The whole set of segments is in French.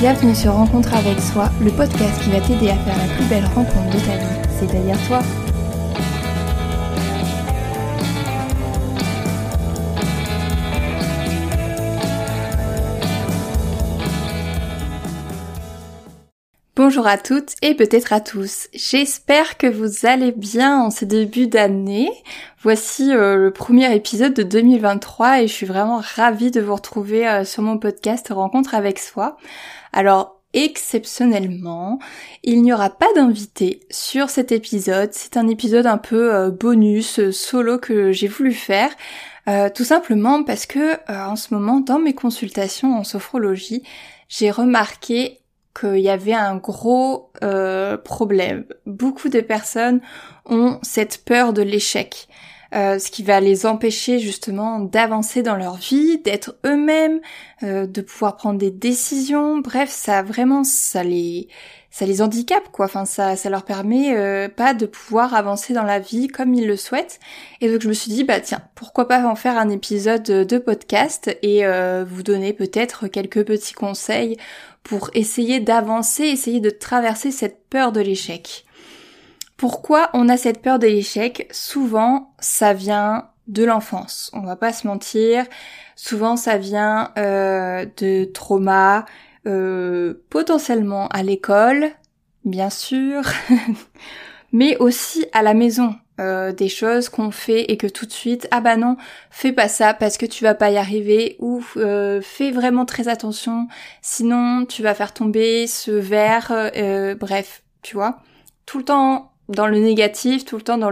Bienvenue sur Rencontre avec soi, le podcast qui va t'aider à faire la plus belle rencontre de ta vie, c'est-à-dire toi. Bonjour à toutes et peut-être à tous, j'espère que vous allez bien en ce début d'année. Voici le premier épisode de 2023 et je suis vraiment ravie de vous retrouver sur mon podcast Rencontre avec soi. Alors exceptionnellement, il n'y aura pas d'invité sur cet épisode, c'est un épisode un peu bonus, solo que j'ai voulu faire. Tout simplement parce que en ce moment dans mes consultations en sophrologie, j'ai remarqué qu'il y avait un gros problème. Beaucoup de personnes ont cette peur de l'échec, ce qui va les empêcher justement d'avancer dans leur vie, d'être eux-mêmes, de pouvoir prendre des décisions. Bref, ça les handicape quoi. Enfin, ça leur permet pas de pouvoir avancer dans la vie comme ils le souhaitent. Et donc je me suis dit tiens, pourquoi pas en faire un épisode de podcast et vous donner peut-être quelques petits conseils pour essayer d'avancer, essayer de traverser cette peur de l'échec. Pourquoi on a cette peur de l'échec ? Souvent, ça vient de l'enfance. On va pas se mentir. Souvent, ça vient de traumas, potentiellement à l'école, bien sûr, mais aussi à la maison. Des choses qu'on fait et que tout de suite, non, fais pas ça parce que tu vas pas y arriver, ou fais vraiment très attention, sinon tu vas faire tomber ce verre, bref, tu vois, tout le temps dans le négatif, tout le temps dans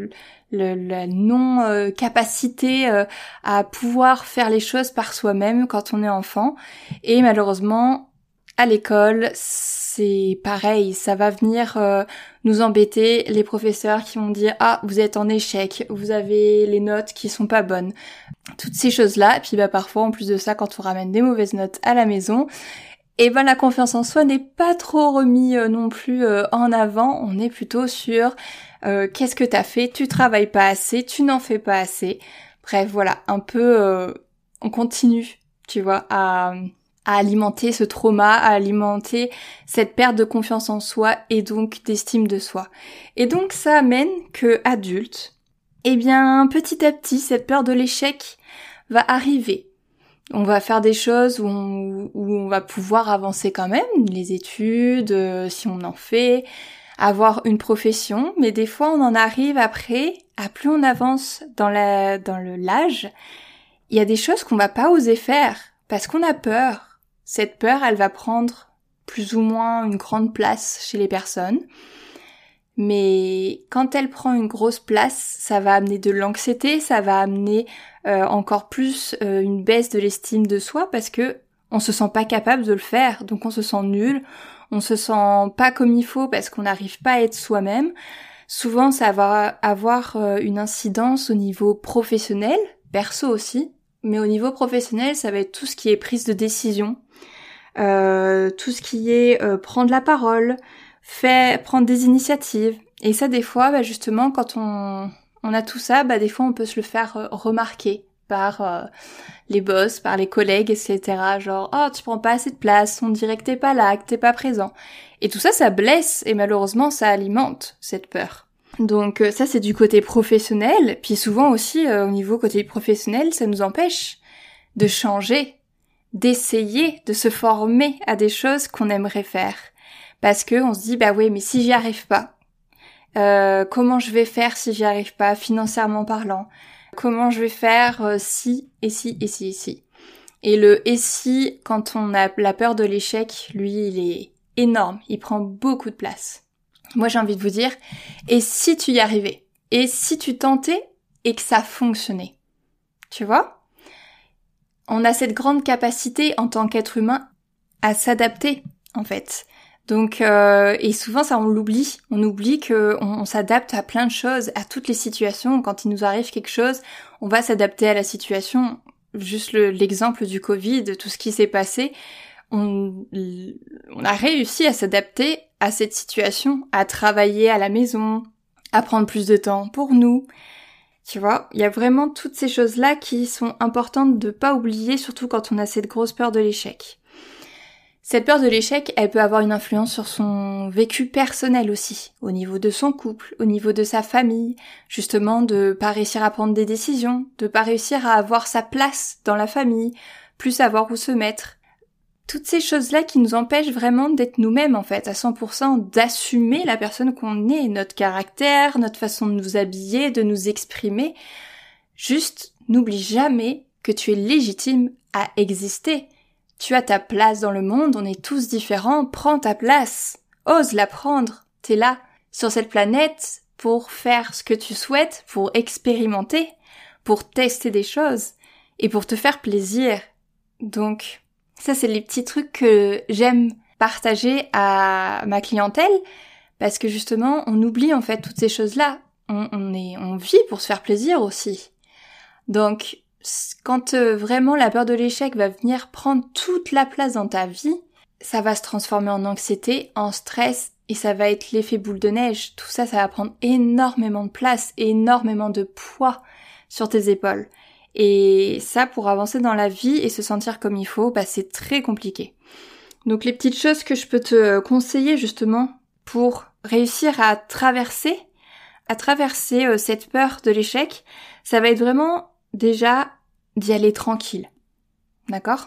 la non capacité à pouvoir faire les choses par soi-même quand on est enfant. Et malheureusement, à l'école, c'est pareil, ça va venir nous embêter, les professeurs qui vont dire « Ah, vous êtes en échec, vous avez les notes qui sont pas bonnes ». Toutes ces choses-là, et puis parfois, en plus de ça, quand on ramène des mauvaises notes à la maison, et la confiance en soi n'est pas trop remis non plus en avant, on est plutôt sur qu'est-ce que t'as fait, tu travailles pas assez, tu n'en fais pas assez. Bref, voilà, un peu, on continue, tu vois, à alimenter ce trauma, à alimenter cette perte de confiance en soi et donc d'estime de soi. Et donc ça amène que adulte, petit à petit, cette peur de l'échec va arriver. On va faire des choses où on va pouvoir avancer quand même, les études, si on en fait, avoir une profession, mais des fois on en arrive après, à plus on avance dans l'âge, il y a des choses qu'on va pas oser faire parce qu'on a peur. Cette peur, elle va prendre plus ou moins une grande place chez les personnes. Mais quand elle prend une grosse place, ça va amener de l'anxiété, ça va amener encore plus une baisse de l'estime de soi parce que on se sent pas capable de le faire. Donc on se sent nul, on se sent pas comme il faut parce qu'on n'arrive pas à être soi-même. Souvent, ça va avoir une incidence au niveau professionnel, perso aussi. Mais au niveau professionnel, ça va être tout ce qui est prise de décision. Tout ce qui est prendre la parole, prendre des initiatives. Et ça, des fois, justement, quand on a tout ça, des fois, on peut se le faire remarquer par les boss, par les collègues, etc. Genre, oh, tu prends pas assez de place, on dirait que t'es pas là, que t'es pas présent. Et tout ça, ça blesse, et malheureusement, ça alimente cette peur. Donc ça, c'est du côté professionnel. Puis souvent aussi, au niveau côté professionnel, ça nous empêche de changer, d'essayer de se former à des choses qu'on aimerait faire. Parce que on se dit, oui, mais si j'y arrive pas, comment je vais faire si j'y arrive pas, financièrement parlant? Comment je vais faire si, et si, et si, et si? Et le « et si », quand on a la peur de l'échec, lui, il est énorme, il prend beaucoup de place. Moi, j'ai envie de vous dire, et si tu y arrivais? Et si tu tentais et que ça fonctionnait? Tu vois? On a cette grande capacité en tant qu'être humain à s'adapter, en fait. Donc, et souvent ça on l'oublie. On oublie qu'on s'adapte à plein de choses, à toutes les situations. Quand il nous arrive quelque chose, on va s'adapter à la situation. Juste l'exemple du Covid, tout ce qui s'est passé, on a réussi à s'adapter à cette situation, à travailler à la maison, à prendre plus de temps pour nous. Tu vois, il y a vraiment toutes ces choses-là qui sont importantes de pas oublier, surtout quand on a cette grosse peur de l'échec. Cette peur de l'échec, elle peut avoir une influence sur son vécu personnel aussi, au niveau de son couple, au niveau de sa famille, justement de pas réussir à prendre des décisions, de pas réussir à avoir sa place dans la famille, plus savoir où se mettre. Toutes ces choses-là qui nous empêchent vraiment d'être nous-mêmes en fait, à 100%, d'assumer la personne qu'on est, notre caractère, notre façon de nous habiller, de nous exprimer. Juste, n'oublie jamais que tu es légitime à exister. Tu as ta place dans le monde, on est tous différents, prends ta place. Ose la prendre. T'es là, sur cette planète, pour faire ce que tu souhaites, pour expérimenter, pour tester des choses, et pour te faire plaisir. Donc, ça c'est les petits trucs que j'aime partager à ma clientèle, parce que justement, on oublie en fait toutes ces choses-là. On vit pour se faire plaisir aussi. Donc, quand vraiment la peur de l'échec va venir prendre toute la place dans ta vie, ça va se transformer en anxiété, en stress, et ça va être l'effet boule de neige. Tout ça, ça va prendre énormément de place, énormément de poids sur tes épaules. Et ça, pour avancer dans la vie et se sentir comme il faut, c'est très compliqué. Donc les petites choses que je peux te conseiller justement pour réussir à traverser cette peur de l'échec, ça va être vraiment déjà d'y aller tranquille. D'accord ?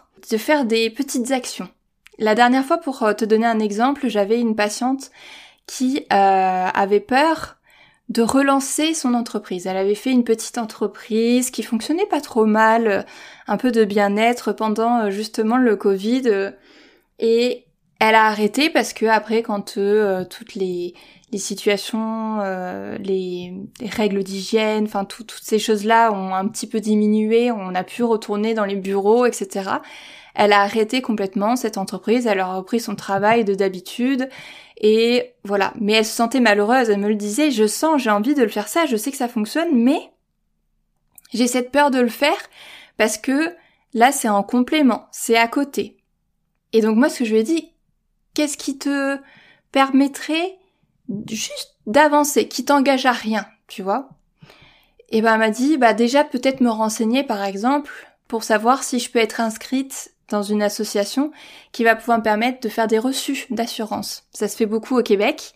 De faire des petites actions. La dernière fois, pour te donner un exemple, j'avais une patiente qui avait peur de relancer son entreprise. Elle avait fait une petite entreprise qui fonctionnait pas trop mal, un peu de bien-être pendant justement le Covid, et elle a arrêté parce que après, quand toutes les situations, les règles d'hygiène, enfin toutes ces choses-là ont un petit peu diminué, on a pu retourner dans les bureaux, etc. Elle a arrêté complètement cette entreprise, elle a repris son travail d'habitude, et voilà. Mais elle se sentait malheureuse, elle me le disait, j'ai envie de le faire ça, je sais que ça fonctionne, mais j'ai cette peur de le faire parce que là c'est en complément, c'est à côté. Et donc moi ce que je lui ai dit, qu'est-ce qui te permettrait juste d'avancer, qui t'engage à rien, tu vois? Et elle m'a dit, déjà peut-être me renseigner par exemple pour savoir si je peux être inscrite dans une association qui va pouvoir me permettre de faire des reçus d'assurance. Ça se fait beaucoup au Québec,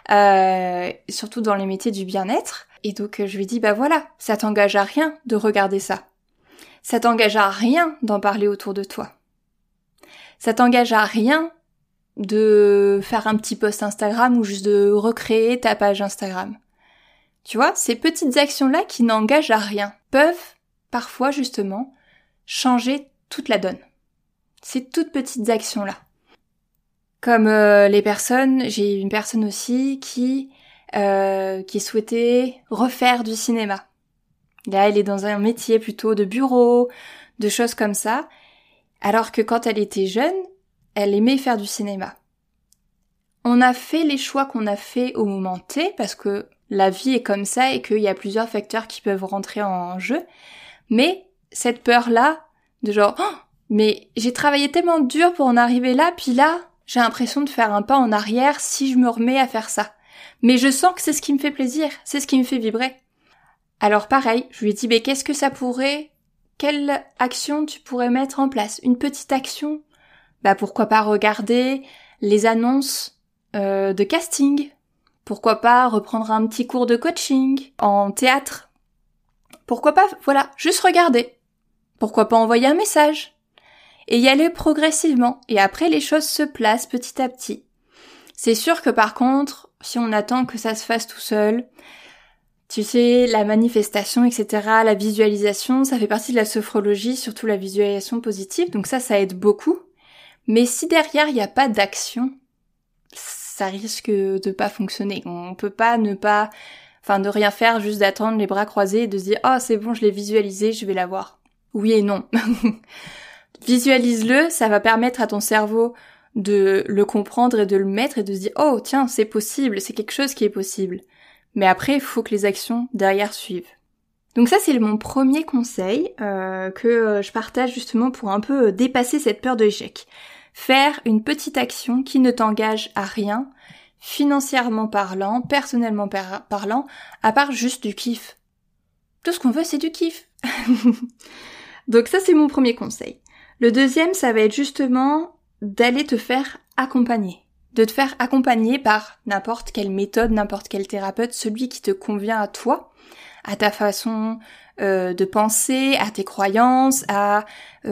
surtout dans les métiers du bien-être. Et donc je lui ai dit, voilà, ça t'engage à rien de regarder ça. Ça t'engage à rien d'en parler autour de toi. Ça t'engage à rien de faire un petit post Instagram ou juste de recréer ta page Instagram. Tu vois, ces petites actions-là qui n'engagent à rien peuvent parfois justement changer toute la donne. Ces toutes petites actions-là. Comme j'ai une personne aussi qui souhaitait refaire du cinéma. Là, elle est dans un métier plutôt de bureau, de choses comme ça, alors que quand elle était jeune, elle aimait faire du cinéma. On a fait les choix qu'on a fait au moment T, parce que la vie est comme ça et qu'il y a plusieurs facteurs qui peuvent rentrer en jeu, mais cette peur-là, de genre, mais j'ai travaillé tellement dur pour en arriver là, puis là, j'ai l'impression de faire un pas en arrière si je me remets à faire ça. Mais je sens que c'est ce qui me fait plaisir, c'est ce qui me fait vibrer. Alors pareil, je lui ai dit, qu'est-ce que ça pourrait, quelle action tu pourrais mettre en place? Une petite action? Pourquoi pas regarder les annonces de casting? Pourquoi pas reprendre un petit cours de coaching en théâtre? Pourquoi pas, juste regarder. Pourquoi pas envoyer un message? Et y aller progressivement. Et après, les choses se placent petit à petit. C'est sûr que par contre, si on attend que ça se fasse tout seul, tu sais, la manifestation, etc., la visualisation, ça fait partie de la sophrologie, surtout la visualisation positive, donc ça aide beaucoup. Mais si derrière, il n'y a pas d'action, ça risque de pas fonctionner. On peut pas de rien faire, juste d'attendre les bras croisés et de se dire « Oh, c'est bon, je l'ai visualisé, je vais l'avoir. » Oui et non. Visualise-le, ça va permettre à ton cerveau de le comprendre et de le mettre et de se dire « Oh, tiens, c'est possible, c'est quelque chose qui est possible. » Mais après, il faut que les actions derrière suivent. Donc ça, c'est mon premier conseil que je partage justement pour un peu dépasser cette peur de l'échec. Faire une petite action qui ne t'engage à rien, financièrement parlant, personnellement parlant, à part juste du kiff. Tout ce qu'on veut, c'est du kiff. Donc ça, c'est mon premier conseil. Le deuxième, ça va être justement d'aller te faire accompagner. De te faire accompagner par n'importe quelle méthode, n'importe quel thérapeute, celui qui te convient à toi, à ta façon de penser, à tes croyances, à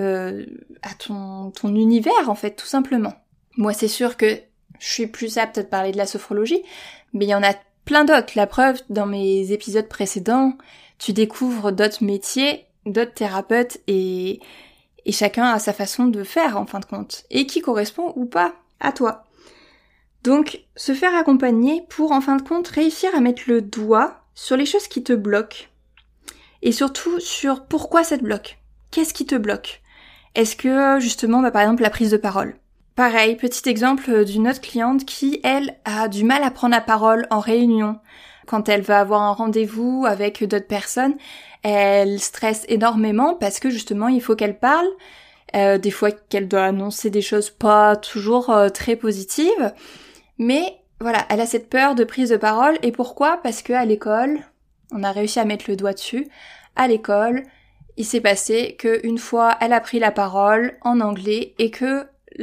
ton univers en fait, tout simplement. Moi c'est sûr que je suis plus apte à te parler de la sophrologie, mais il y en a plein d'autres. La preuve, dans mes épisodes précédents, tu découvres d'autres métiers, d'autres thérapeutes et chacun a sa façon de faire en fin de compte, et qui correspond ou pas à toi. Donc, se faire accompagner pour en fin de compte réussir à mettre le doigt sur les choses qui te bloquent. Et surtout sur pourquoi ça te bloque. Qu'est-ce qui te bloque? Est-ce que justement, par exemple, la prise de parole? Pareil, petit exemple d'une autre cliente qui, elle, a du mal à prendre la parole en réunion. Quand elle va avoir un rendez-vous avec d'autres personnes, elle stresse énormément parce que justement, il faut qu'elle parle. Des fois qu'elle doit annoncer des choses pas toujours très positives. Mais voilà, elle a cette peur de prise de parole. Et pourquoi? Parce qu'à l'école, on a réussi à mettre le doigt dessus. À l'école, il s'est passé qu'une fois, elle a pris la parole en anglais et que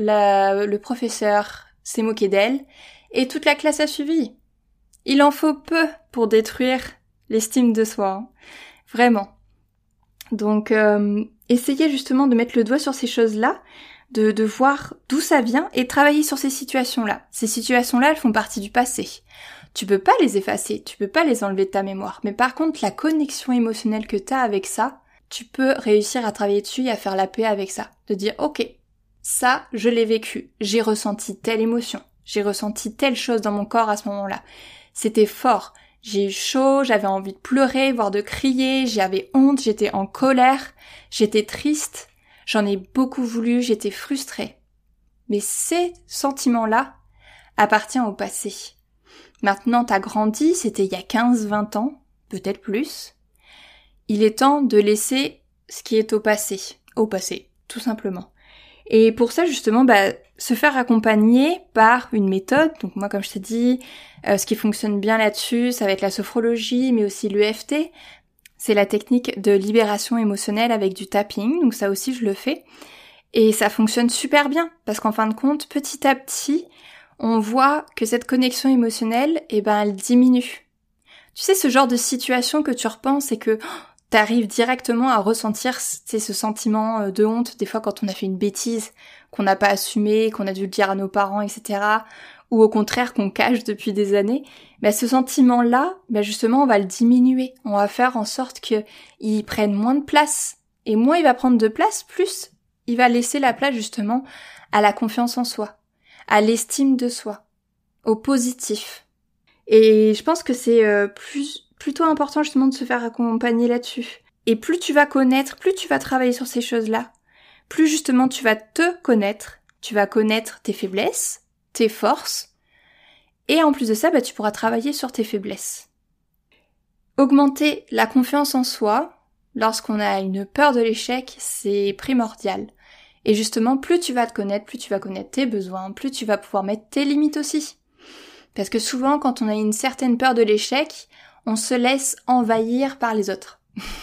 le professeur s'est moqué d'elle et toute la classe a suivi. Il en faut peu pour détruire l'estime de soi. Hein. Vraiment. Donc, essayez justement de mettre le doigt sur ces choses-là, de voir d'où ça vient et travailler sur ces situations-là. Ces situations-là, elles font partie du passé. Tu peux pas les effacer, tu peux pas les enlever de ta mémoire. Mais par contre, la connexion émotionnelle que t'as avec ça, tu peux réussir à travailler dessus et à faire la paix avec ça. De dire, ok, ça, je l'ai vécu. J'ai ressenti telle émotion. J'ai ressenti telle chose dans mon corps à ce moment-là. C'était fort. J'ai eu chaud, j'avais envie de pleurer, voire de crier, j'avais honte, j'étais en colère, j'étais triste, j'en ai beaucoup voulu, j'étais frustrée. Mais ces sentiments-là appartiennent au passé. Maintenant, t'as grandi, c'était il y a 15-20 ans, peut-être plus. Il est temps de laisser ce qui est au passé, tout simplement. Et pour ça, justement, se faire accompagner par une méthode. Donc moi, comme je t'ai dit, ce qui fonctionne bien là-dessus, ça va être la sophrologie, mais aussi l'EFT. C'est la technique de libération émotionnelle avec du tapping. Donc ça aussi, je le fais. Et ça fonctionne super bien, parce qu'en fin de compte, petit à petit, on voit que cette connexion émotionnelle, elle diminue. Tu sais, ce genre de situation que tu repenses et que t'arrives directement à ressentir ce sentiment de honte, des fois quand on a fait une bêtise, qu'on n'a pas assumé, qu'on a dû le dire à nos parents, etc. Ou au contraire qu'on cache depuis des années, ce sentiment-là, justement, on va le diminuer. On va faire en sorte qu'il prenne moins de place. Et moins il va prendre de place, plus il va laisser la place justement à la confiance en soi, à l'estime de soi, au positif. Et je pense que c'est plutôt important justement de se faire accompagner là-dessus. Et plus tu vas connaître, plus tu vas travailler sur ces choses-là, plus justement tu vas te connaître, tu vas connaître tes faiblesses, tes forces, et en plus de ça, tu pourras travailler sur tes faiblesses. Augmenter la confiance en soi, lorsqu'on a une peur de l'échec, c'est primordial. Et justement, plus tu vas te connaître, plus tu vas connaître tes besoins, plus tu vas pouvoir mettre tes limites aussi. Parce que souvent, quand on a une certaine peur de l'échec, on se laisse envahir par les autres.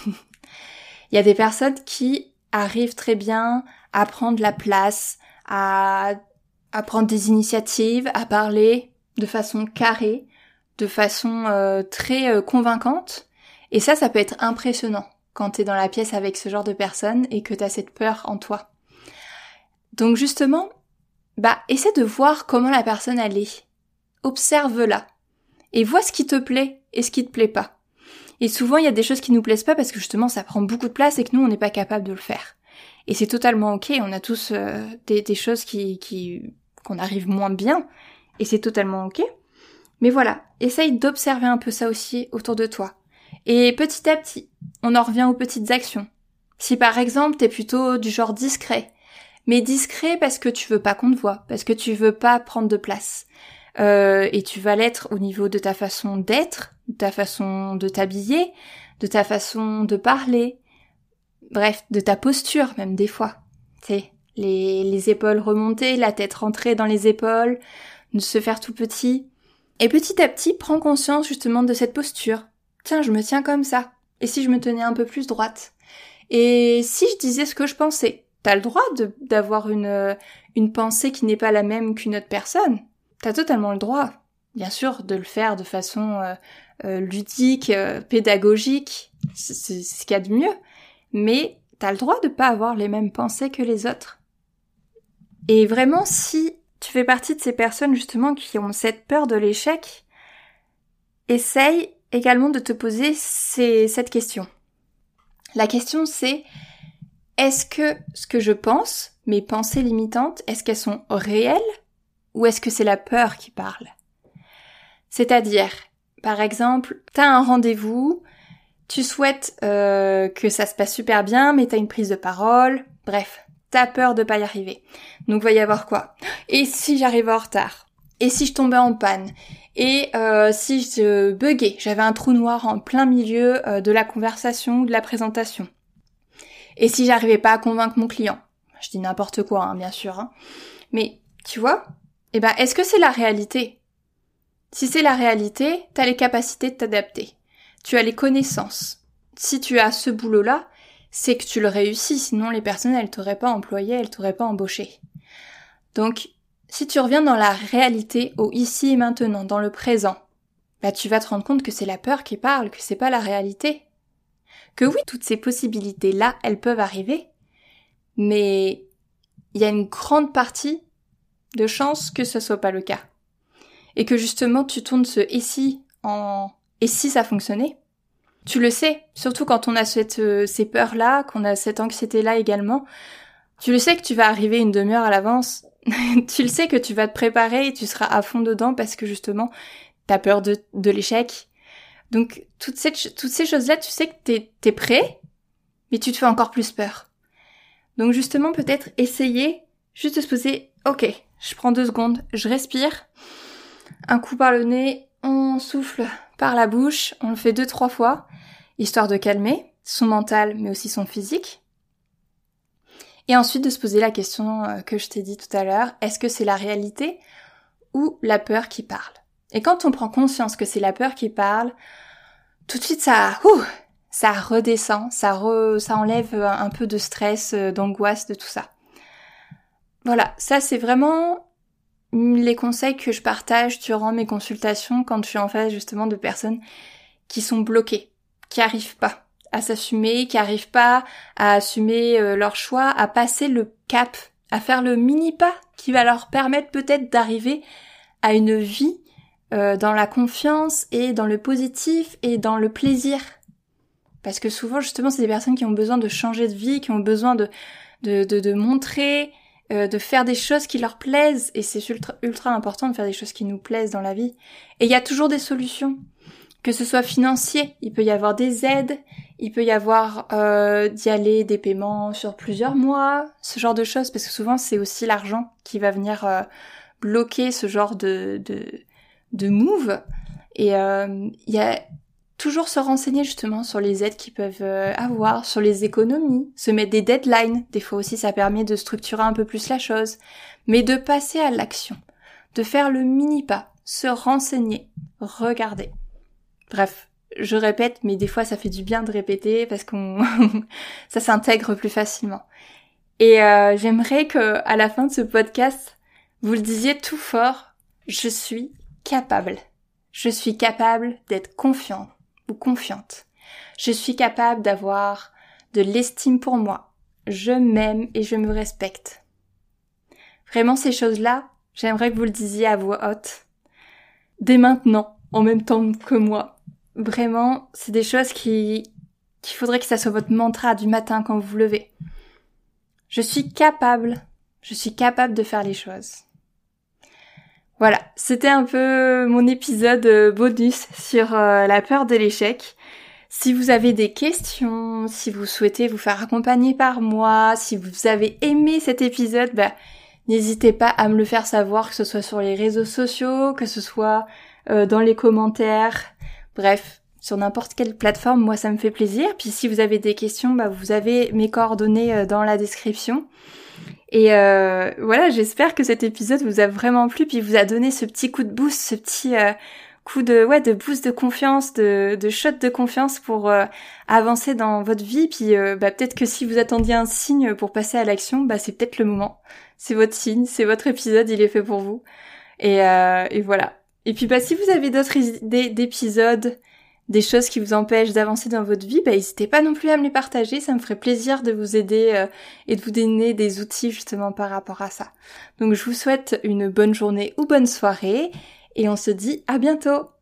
Il y a des personnes qui arrivent très bien à prendre la place, à prendre des initiatives, à parler de façon carrée, de façon très convaincante. Et ça peut être impressionnant quand t'es dans la pièce avec ce genre de personnes et que t'as cette peur en toi. Donc justement, essaie de voir comment la personne elle est. Observe-la. Et vois ce qui te plaît et ce qui te plaît pas. Et souvent, il y a des choses qui nous plaisent pas parce que justement, ça prend beaucoup de place et que nous, on n'est pas capable de le faire. Et c'est totalement ok. On a tous des choses qu'on arrive moins bien. Et c'est totalement ok. Mais voilà, essaye d'observer un peu ça aussi autour de toi. Et petit à petit, on en revient aux petites actions. Si par exemple, t'es plutôt du genre discret, mais discret parce que tu veux pas qu'on te voie, parce que tu veux pas prendre de place. Et tu vas l'être au niveau de ta façon d'être, de ta façon de t'habiller, de ta façon de parler, bref, de ta posture même des fois. Tu sais, les épaules remontées, la tête rentrée dans les épaules, de se faire tout petit. Et petit à petit, prends conscience justement de cette posture. Tiens, je me tiens comme ça. Et si je me tenais un peu plus droite? Et si je disais ce que je pensais? T'as le droit d'avoir une une pensée qui n'est pas la même qu'une autre personne, t'as totalement le droit, bien sûr, de le faire de façon ludique, pédagogique, c'est ce qu'il y a de mieux, mais t'as le droit de pas avoir les mêmes pensées que les autres. Et vraiment, si tu fais partie de ces personnes justement qui ont cette peur de l'échec, essaye également de te poser cette question. La question c'est, est-ce que ce que je pense, mes pensées limitantes, est-ce qu'elles sont réelles ou est-ce que c'est la peur qui parle ? C'est-à-dire, par exemple, t'as un rendez-vous, tu souhaites que ça se passe super bien, mais t'as une prise de parole, bref, t'as peur de pas y arriver. Donc va y avoir quoi ? Et si j'arrivais en retard ? Et si je tombais en panne ? Et si je buguais ? J'avais un trou noir en plein milieu de la conversation ou de la présentation. Et si j'arrivais pas à convaincre mon client ? Je dis n'importe quoi, hein, bien sûr. Hein. Mais, tu vois ? Est-ce que c'est la réalité ? Si c'est la réalité, t'as les capacités de t'adapter. Tu as les connaissances. Si tu as ce boulot-là, c'est que tu le réussis, sinon les personnes, elles t'auraient pas employé, elles t'auraient pas embauché. Donc, si tu reviens dans la réalité, au ici et maintenant, dans le présent, tu vas te rendre compte que c'est la peur qui parle, que c'est pas la réalité. Que oui, toutes ces possibilités-là, elles peuvent arriver, mais il y a une grande partie de chances que ce soit pas le cas. Et que justement, tu tournes ce « et si » en « et si ça fonctionnait ?» Tu le sais, surtout quand on a ces peurs-là, qu'on a cette anxiété-là également, tu le sais que tu vas arriver une demi-heure à l'avance, tu le sais que tu vas te préparer et tu seras à fond dedans parce que justement, t'as peur de l'échec. Donc, toutes ces choses-là, tu sais que t'es prêt, mais tu te fais encore plus peur. Donc justement, peut-être essayer juste de se poser, ok, je prends 2 secondes, je respire, un coup par le nez, on souffle par la bouche, on le fait 2-3 fois, histoire de calmer son mental, mais aussi son physique. Et ensuite de se poser la question que je t'ai dit tout à l'heure, est-ce que c'est la réalité ou la peur qui parle ? Et quand on prend conscience que c'est la peur qui parle, tout de suite ça redescend, ça enlève un peu de stress, d'angoisse, de tout ça. Voilà, ça c'est vraiment les conseils que je partage durant mes consultations quand je suis en face justement de personnes qui sont bloquées, qui arrivent pas à s'assumer, qui arrivent pas à assumer leur choix, à passer le cap, à faire le mini pas qui va leur permettre peut-être d'arriver à une vie dans la confiance et dans le positif et dans le plaisir. Parce que souvent justement c'est des personnes qui ont besoin de changer de vie, qui ont besoin de montrer, de faire des choses qui leur plaisent, et c'est ultra important de faire des choses qui nous plaisent dans la vie. Et il y a toujours des solutions, que ce soit financier, il peut y avoir des aides, il peut y avoir d'y aller des paiements sur plusieurs mois, ce genre de choses, parce que souvent c'est aussi l'argent qui va venir bloquer ce genre de move. Et il y a toujours se renseigner justement sur les aides qu'ils peuvent avoir, sur les économies, se mettre des deadlines. Des fois aussi ça permet de structurer un peu plus la chose, mais de passer à l'action, de faire le mini pas, se renseigner, regarder. Bref, je répète, mais des fois ça fait du bien de répéter parce qu'on ça s'intègre plus facilement. Et j'aimerais que à la fin de ce podcast, vous le disiez tout fort, je suis capable. Je suis capable d'être confiant ou confiante. Je suis capable d'avoir de l'estime pour moi. Je m'aime et je me respecte. Vraiment ces choses-là, j'aimerais que vous le disiez à voix haute. Dès maintenant, en même temps que moi. Vraiment, c'est des choses qu'il faudrait que ça soit votre mantra du matin quand vous vous levez. Je suis capable de faire les choses. Voilà, c'était un peu mon épisode bonus sur la peur de l'échec. Si vous avez des questions, si vous souhaitez vous faire accompagner par moi, si vous avez aimé cet épisode, n'hésitez pas à me le faire savoir, que ce soit sur les réseaux sociaux, que ce soit dans les commentaires, bref, sur n'importe quelle plateforme, moi ça me fait plaisir. Puis si vous avez des questions, vous avez mes coordonnées dans la description. Et voilà, j'espère que cet épisode vous a vraiment plu, puis vous a donné ce petit coup de boost, ce petit coup de boost de confiance, de shot de confiance pour avancer dans votre vie. Puis peut-être que si vous attendiez un signe pour passer à l'action, c'est peut-être le moment. C'est votre signe, c'est votre épisode, il est fait pour vous. Et voilà. Et puis si vous avez d'autres idées d'épisodes, des choses qui vous empêchent d'avancer dans votre vie, n'hésitez pas non plus à me les partager, ça me ferait plaisir de vous aider et de vous donner des outils justement par rapport à ça. Donc je vous souhaite une bonne journée ou bonne soirée et on se dit à bientôt.